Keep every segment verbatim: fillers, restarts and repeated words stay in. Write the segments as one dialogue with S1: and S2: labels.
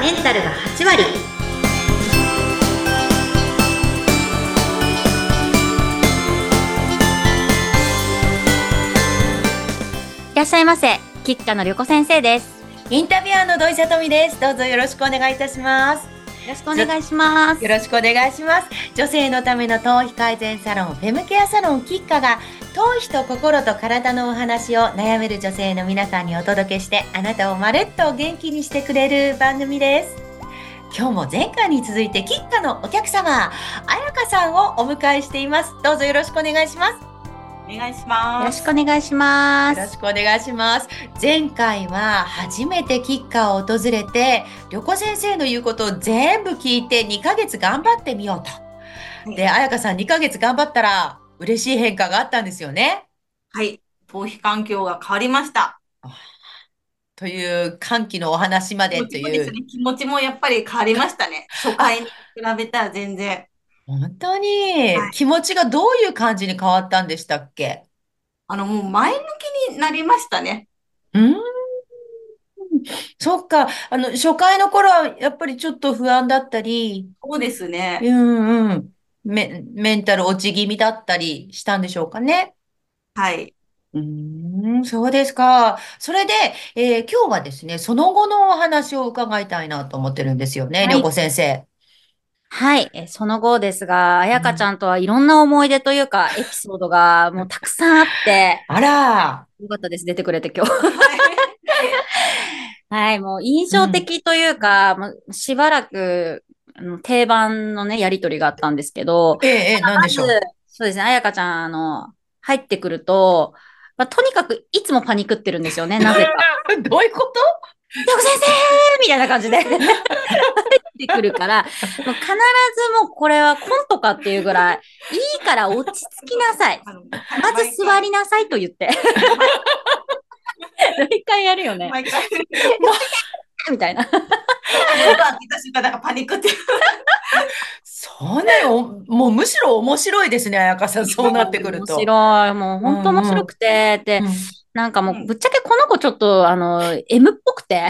S1: メンタルがはち割。いらっしゃいませ。キッカのりょこ先生です。
S2: インタビュアーの土井さとみです。どうぞよろしくお願いいたします。
S1: よろしくお願いします。
S2: よろしくお願いします。女性のための頭皮改善サロン、フェムケアサロンキッカが、頭皮と心と体のお話を悩める女性の皆さんにお届けして、あなたをまるっと元気にしてくれる番組です。今日も前回に続いてキッカのお客様、あやかさんをお迎えしています。どうぞよろしくお願いします。
S3: お願いします。
S1: よろしくお願いします。
S2: よろしくお願いします。前回は初めてキッカを訪れて、りょこ先生の言うことを全部聞いてにかげつ頑張ってみようと。はい、で、あやかさんにかげつ頑張ったら嬉しい変化があったんですよね。
S3: はい。頭皮環境が変わりました。
S2: という歓喜のお話までという。
S3: ですね、気持ちもやっぱり変わりましたね。初回に比べたら全然。
S2: 本当に、はい、気持ちがどういう感じに変わったんでしたっけ？
S3: あの、もう前向きになりましたね。
S2: うーん。そっか。あの、初回の頃はやっぱりちょっと不安だったり。
S3: そうですね。
S2: うんうん。メ、メンタル落ち気味だったりしたんでしょうかね。
S3: はい。
S2: うーん、そうですか。それで、えー今日はですね、その後のお話を伺いたいなと思ってるんですよね、
S1: はい
S2: りょうこ先生。
S1: はい。えその後ですが、あ
S2: うん
S1: やかちゃんとはいろんな思い出というか、エピソードがもうたくさんあって、
S2: あら、
S1: よかったです。出てくれて今日。
S3: はい。
S1: はい。もう印象
S2: うん、
S1: 的というか、もうしばらく、あの定番のね、やりとりがあったんですけど、
S2: ええ、ええ、なんで
S1: まず、
S2: しょ
S1: そうですね、あやかちゃん、あの、入ってくると、まあ、とにかくいつもパニックってるんですよね、なぜか。
S2: う。どういうこと？
S1: りょうこ先生みたいな感じで入ってくるから、もう必ずもうこれはコントかっていうぐらい、いいから落ち着きなさい。
S3: あの
S1: まず座りなさいと言って。毎回やるよね。
S3: 毎回。
S1: みたいな。
S3: ドア開けた瞬間、なんかパニックって。
S2: そうなの？もうむしろ面白いですね、あやかさん、そうなってくる
S1: 面
S2: と。
S1: 白い。もう本当面白くて、で、
S2: うんうん、
S1: なんかもうぶっちゃけこの子ちょっと、あの、M っぽくて。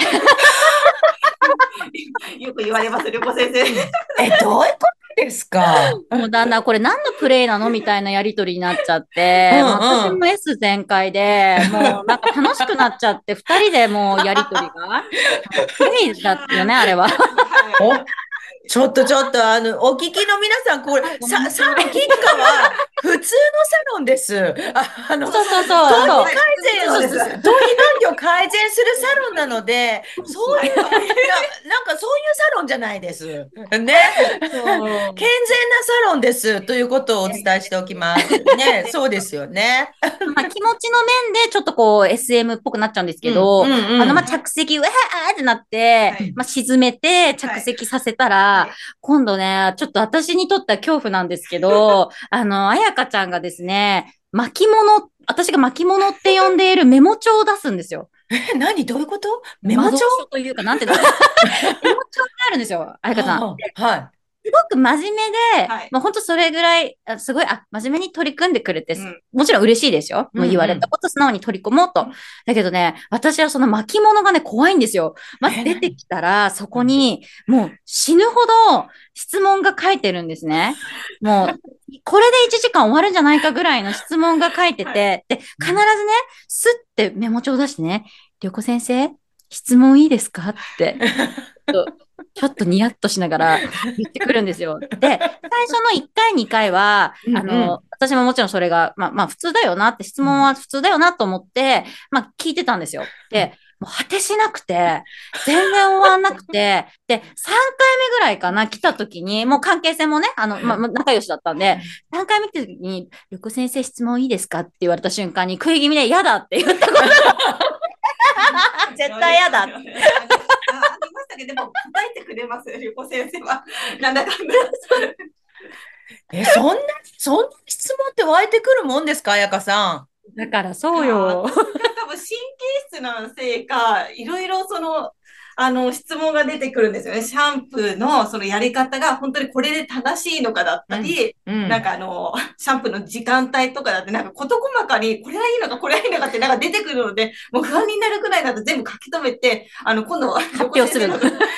S3: よく言われます、りょうこ先生。
S2: え、どういうことですか？
S1: もうだんだんこれ何のプレイなのみたいなやりとりになっちゃって、
S2: うんうん
S1: もう私も S 全開で、もうなんか楽しくなっちゃって、二人でもうやりとりが、プレイだよね、あれは。
S2: お、ちょっとちょっと、あの、お聞きの皆さん、これ、さ、サロンキッカは普通のサロンです。あ、あの、
S1: そうそうそう。
S2: 頭皮改善を、頭皮
S3: そうです。
S2: 環境を改善するサロンなので、そういう、な、なんかそういうサロンじゃないです。ね。健全なサロンです。ということをお伝えしておきます。ね。そうですよね。
S1: まあ、気持ちの面でちょっとこう エスエム っぽくなっちゃうんですけ
S2: うん、
S1: ど、
S2: うん、う
S1: あの、まあ、
S2: ん。
S1: 着席、うわーってなって、
S3: はい
S1: まあ、沈めて着席させたら、
S3: はい
S1: 今度ね、ちょっと私にとっては恐怖なんですけど、あの、あやかちゃんがですね、巻物、私が巻物って呼んでいるメモ帳を出すんですよ。
S2: え、何どういうこと？メモ
S1: 魔
S2: 帳？
S1: 導書というか、なんていうのメモ帳ってあるんですよ、あやかさん。
S2: ああ、は
S1: すごく真面目で、
S3: はい
S1: まあ本当それぐらい、あすごい、あ、真面目に取り組んでくれて、
S3: うん
S1: もちろん嬉しいですよ。
S2: い。
S1: もう言われたこと素直に取り込もうと。だけどね、私はその巻物がね、怖いんですよ。まず出てきたら、そこに、もう死ぬほど質問が書いてるんですね。もう、これでいちじかん終わるんじゃないかぐらいの質問が書いてて、で、必ずね、スッてメモ帳を出してね、りょうこ先生、質問いいですかって、ちょっとちょっとニヤッとしながら言ってくるんですよ。で、最初のいっかい、にかいは、
S2: うんうん
S1: あの、私ももちろんそれが、まあ、まあ、普通だよなって、質問は普通だよなと思って、まあ、聞いてたんですよ。で、もう果てしなくて、全然終わんなくて、で、さんかいめぐらいかな、来た時に、もう関係性もね、あの、まあ、まあ仲良しだったんで、さんかいめ来た時に、りょこ先生質問いいですかって言われた瞬間に、食い気味で嫌だって言ったことが絶対嫌だって。
S3: ありましたけど、でも答えてくれます、りょうこ先生は。なんだかんだ。
S2: え、そんな、そんな質問って湧いてくるもんですか、彩香さ
S1: だからそうよ。
S3: 多分神経質なせいか、いろいろその、あの、質問が出てくるんですよね。シャンプーのそのやり方が本当にこれで正しいのかだったり、
S2: うんうん
S3: なんかあの、シャンプーの時間帯とかだって、なんか事細かにこれはいいのかこれはいいのかってなんか出てくるので、もう不安になるくらいだと全部書き留めて、あの、今度は
S1: 発表するの
S3: 横先生の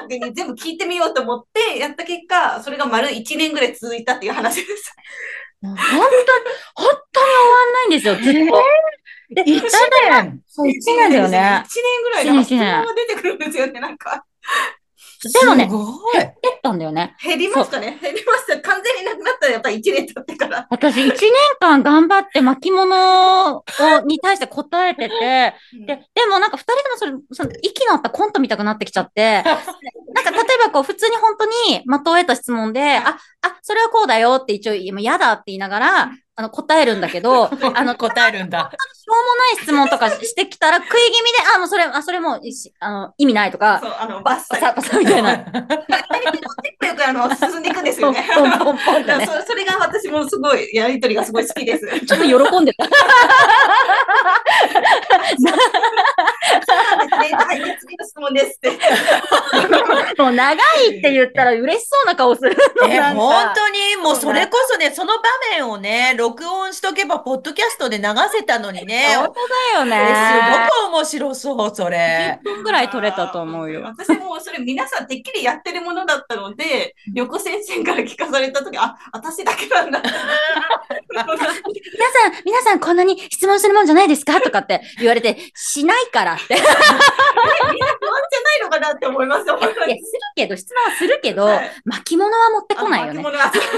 S3: 時に全部聞いてみようと思ってやった結果、それが丸いちねんぐらい続いたっていう話です。
S1: もう本当に、本当に終わんないんですよ、ずっと。で、
S2: 一
S1: だ
S2: 年。
S1: そう、一年だよね。
S3: いちねんぐらいなんか質問が出てくるんですよね、なんか。
S1: でもね、
S2: すごい。
S1: 減ったんだよね。
S3: 減りましたね。減りました。完全になくなったらやっぱりいちねん経ってから。
S1: 私、いちねんかん頑張って巻物を、に対して答えてて、で、でもなんか二人ともそれ、その、息の合ったコント見たくなってきちゃって、なんか例えばこう、普通に本当に的を得た質問で、あ、あ、それはこうだよって一応、もう嫌だって言いながら、あの、答えるんだけど、あの、
S2: 答えるんだ。
S1: しょうもない質問とかしてきたら、食い気味で、あ、もうそれ、あ、それもう、あの、意味ないとか、
S3: そう、あの、バッサリ。
S1: パサパサみたいな。
S3: テクテクあの、進んでいくんですよね。
S1: ポンポンポンってね。
S3: そそれが私もすごい、やりとりがすごい好きです。
S1: ちょっと喜んでた。
S3: はい、次の質問ですって。
S1: もう長いって言ったら嬉しそうな顔するの。
S2: え、本当に、もうそれこそね、その場面をね、録音しとけば、ポッドキャストで流せたのにね。
S1: 本当だよね。
S2: すごく面白そう、それ。
S1: じゅっぷんぐらい取れたと思うよ。
S3: 私もそれ皆さんてっきりやってるものだったので、横先生から聞かされたとき、あ、私だけなんだ。皆さん、
S1: 皆さんこんなに質問するもんじゃないですかとかって言われて、しないからって。みんな不安
S3: じゃないのかなって思いますよ。
S1: いや、するけど、質問はするけど、はい、巻物は持ってこないよね。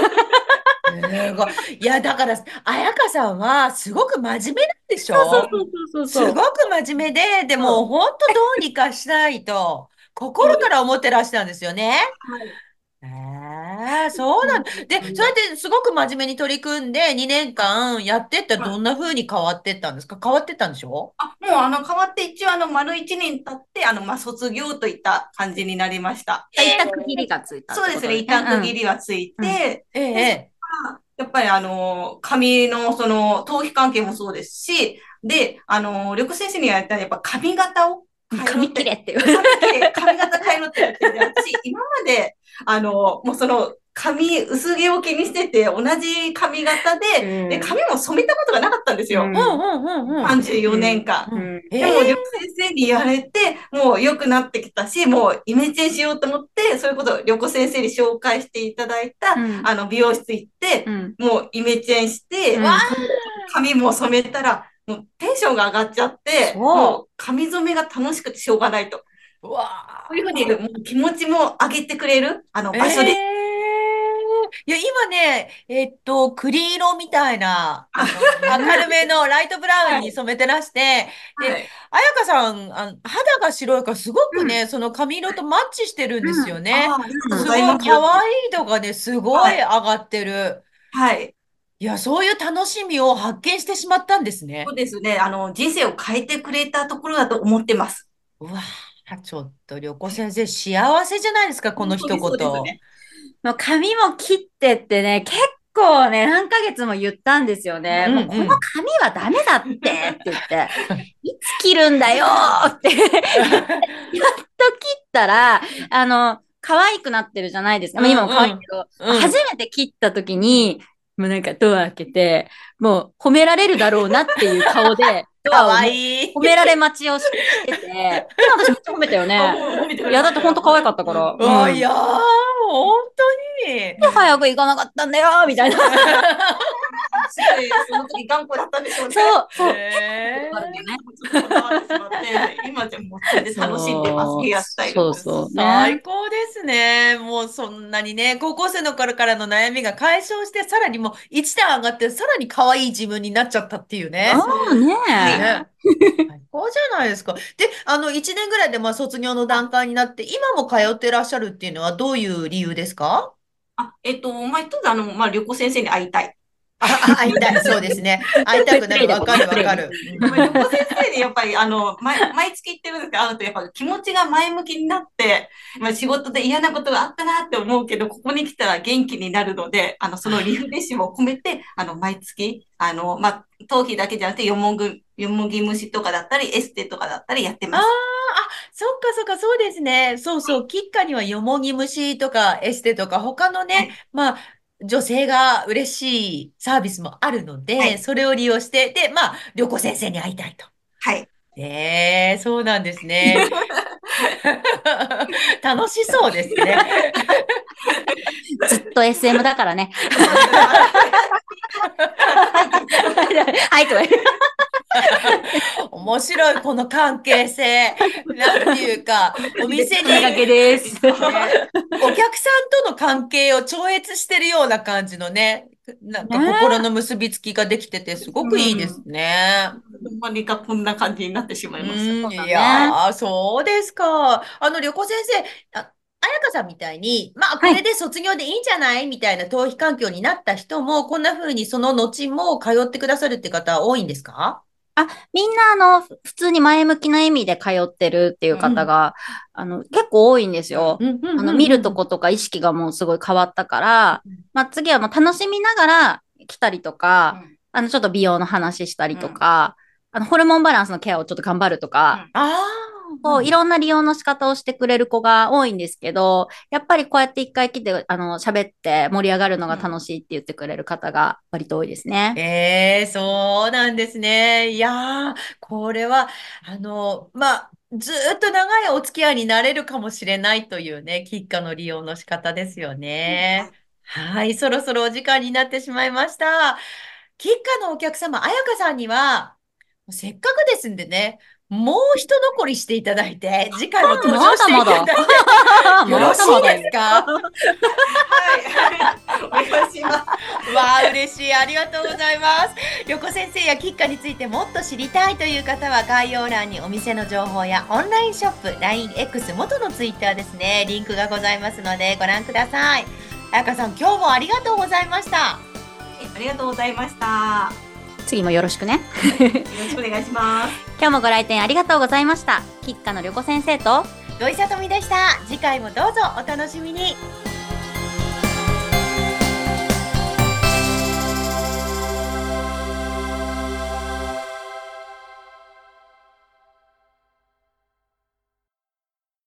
S2: いや、だから、彩香さんはすごく真面目なんでしょ？
S1: そうそうそうそう。
S2: すごく真面目で、でも本当どうにかしたいと、心から思ってらっしゃるんですよね。はい。えー、そうなんで、そうやってすごく真面目に取り組んでにねんかんやってったらどんな風に変わってったんですか？変わってったんでしょ？
S3: あ、もうあの変わって一応あの丸いちねん経って、あのまあ卒業といった感じになりました。
S1: 一旦区切りがついた。
S3: そうですね、一旦区切りはついて、
S2: ええ。
S3: やっぱりあの、髪のその頭皮関係もそうですし、で、あの、緑先生にやったらやっぱ髪型を
S1: 髪切れっていう。
S3: 髪切れ、髪型変えろって言ってて、私、今まで、あの、もうその、髪、薄毛を気にしてて、同じ髪型で、うん、で、髪も染めたことがなかったんですよ。さんじゅうよねんかん。うんうん、でも、緑先生に言われて、もう良くなってきたし、もうイメチェンしようと思って、そういうことを緑先生に紹介していただいた、うん、あの、美容室行って、うん、もうイメチェンして、うん、髪も染めたら、もうテンションが上がっちゃって、もう髪染めが楽しくてしょうがないと。うわこういうふうにもう気持ちも上げてくれるあの場所です。えー
S2: いや、今ね、えっと、栗色みたいな、あの、明るめのライトブラウンに染めてらして、はい、で、彩香さん、あの肌が白いからすごくね、うん、その髪色とマッチしてるんですよね。うん、すごい、可愛い度がね、すごい上がってる。はい。はい、いや、そういう楽しみを発見してしまったんですね。
S3: そうですね。あの、人生を変えてくれたところだと思ってます。
S2: うわぁ、ちょっと、旅行先生、幸せじゃないですか、この一言。そうですね。
S1: もう髪も切ってってね、結構ね、何ヶ月も言ったんですよね。うんうん、もうこの髪はダメだってって言って、いつ切るんだよってやっと切ったら、あの、可愛くなってるじゃないですか。うんうん、今も可愛いけど、うん、初めて切った時に、もうなんかドア開けて、もう褒められるだろうなっていう顔で、ドアを褒められ待ちをしてて、でも私めっちゃ褒めたよね。いや、だって本当可愛かったから。
S2: うん、いやー、本当に。
S1: で、早く行かなかったんだよ、みたいな。
S3: その時頑固だったんでしょうね。
S1: そう、そう。
S3: えー、今じゃもうそれで楽しんでます、ヘアスタイル。
S1: そうそう、
S2: ね。最高ですね。もうそんなにね、高校生の頃からの悩みが解消して、さらにもういち段上がって、さらに可愛い自分になっちゃったっていうね。
S1: そうね。ね
S2: 最高じゃないですか。で、あの、いちねんぐらいでまあ卒業の段階になって、今も通ってらっしゃるっていうのはどういう理由ですか？
S3: あ、えっと、まあ、一つあの、まあ、旅行先生に会いたい。
S2: あ、会いたい。そうですね。会いたくなる。わかるわかる。
S3: 旅行先生にやっぱり、あの、毎毎月行ってるんですけど、会うとやっぱ気持ちが前向きになって、まあ、仕事で嫌なことがあったなって思うけど、ここに来たら元気になるので、あの、そのリフレッシュも込めて、あの、毎月、あの、まあ、頭皮だけじゃなくて、よもぐ、よもぎ虫とかだったり、エステとかだったりやってます。
S2: ああ、あ、そっかそっか、そうですね。そうそう、キッカにはよもぎ虫とかエステとか、他のね、はい、まあ、女性が嬉しいサービスもあるので、はい、それを利用して、で、まあ、旅行先生に会いたいと。
S3: はい。
S2: えー、そうなんですね。楽しそうですね。
S1: ずっと エスエム だからね。はい、とか言う。
S2: 面白い、この関係性。なんていうか、お店に、
S1: おかけです。
S2: お客さんとの関係を超越してるような感じのね、なんか心の結びつきができてて、すごくいいですね。
S3: ほんまにかこんな感じになってしまいました。
S2: うん、
S1: そうだね
S2: いやー、そうですか。あの、旅行先生、あ、彩香さんみたいに、まあ、こ
S1: はい
S2: れで卒業でいいんじゃないみたいな逃避環境になった人も、こんな風にその後も通ってくださるって方多いんですか？
S1: あ、みんな、あの、ふ普通に前向きな意味で通ってるっていう
S2: うん
S1: 方が、あの、結構多いんですよ。
S2: うんうんうんうん
S1: あの、見るとことか意識がもうすごい変わったから、まあ、次はもう楽しみながら来たりとか、あの、ちょっと美容の話したりとか、あの、ホルモンバランスのケアをちょっと頑張るとか、
S2: ああ、
S1: こう、いろんな利用の仕方をしてくれる子が多いんですけど、やっぱりこうやって一回来て、あの、喋って盛り上がるのが楽しいって言ってくれる方が割と多いですね。
S2: ええ、そうなんですね。いやー、これは、あの、まあ、ずーっと長いお付き合いになれるかもしれないというね、キッカの利用の仕方ですよね。はい、そろそろお時間になってしまいました。キッカのお客様、彩香さんには、せっかくですんでね、もう一残りしていただいて、次回も登場していただいて、よろしいですか？
S3: はい。お願いします。
S2: わあ、嬉しい。ありがとうございます。横先生やキッカについてもっと知りたいという方は概要欄にお店の情報やオンラインショップ、ラインエックス 元のツイッターですね、リンクがございますのでご覧ください。彩香さん、今日もありがとうございました。
S3: ありがとうございました。
S1: 次もよろしくね。
S3: よろしくお願いします。
S1: 今日もご来店ありがとうございました。キッカの旅子先生と
S2: 土井さとみでした。次回もどうぞお楽しみに。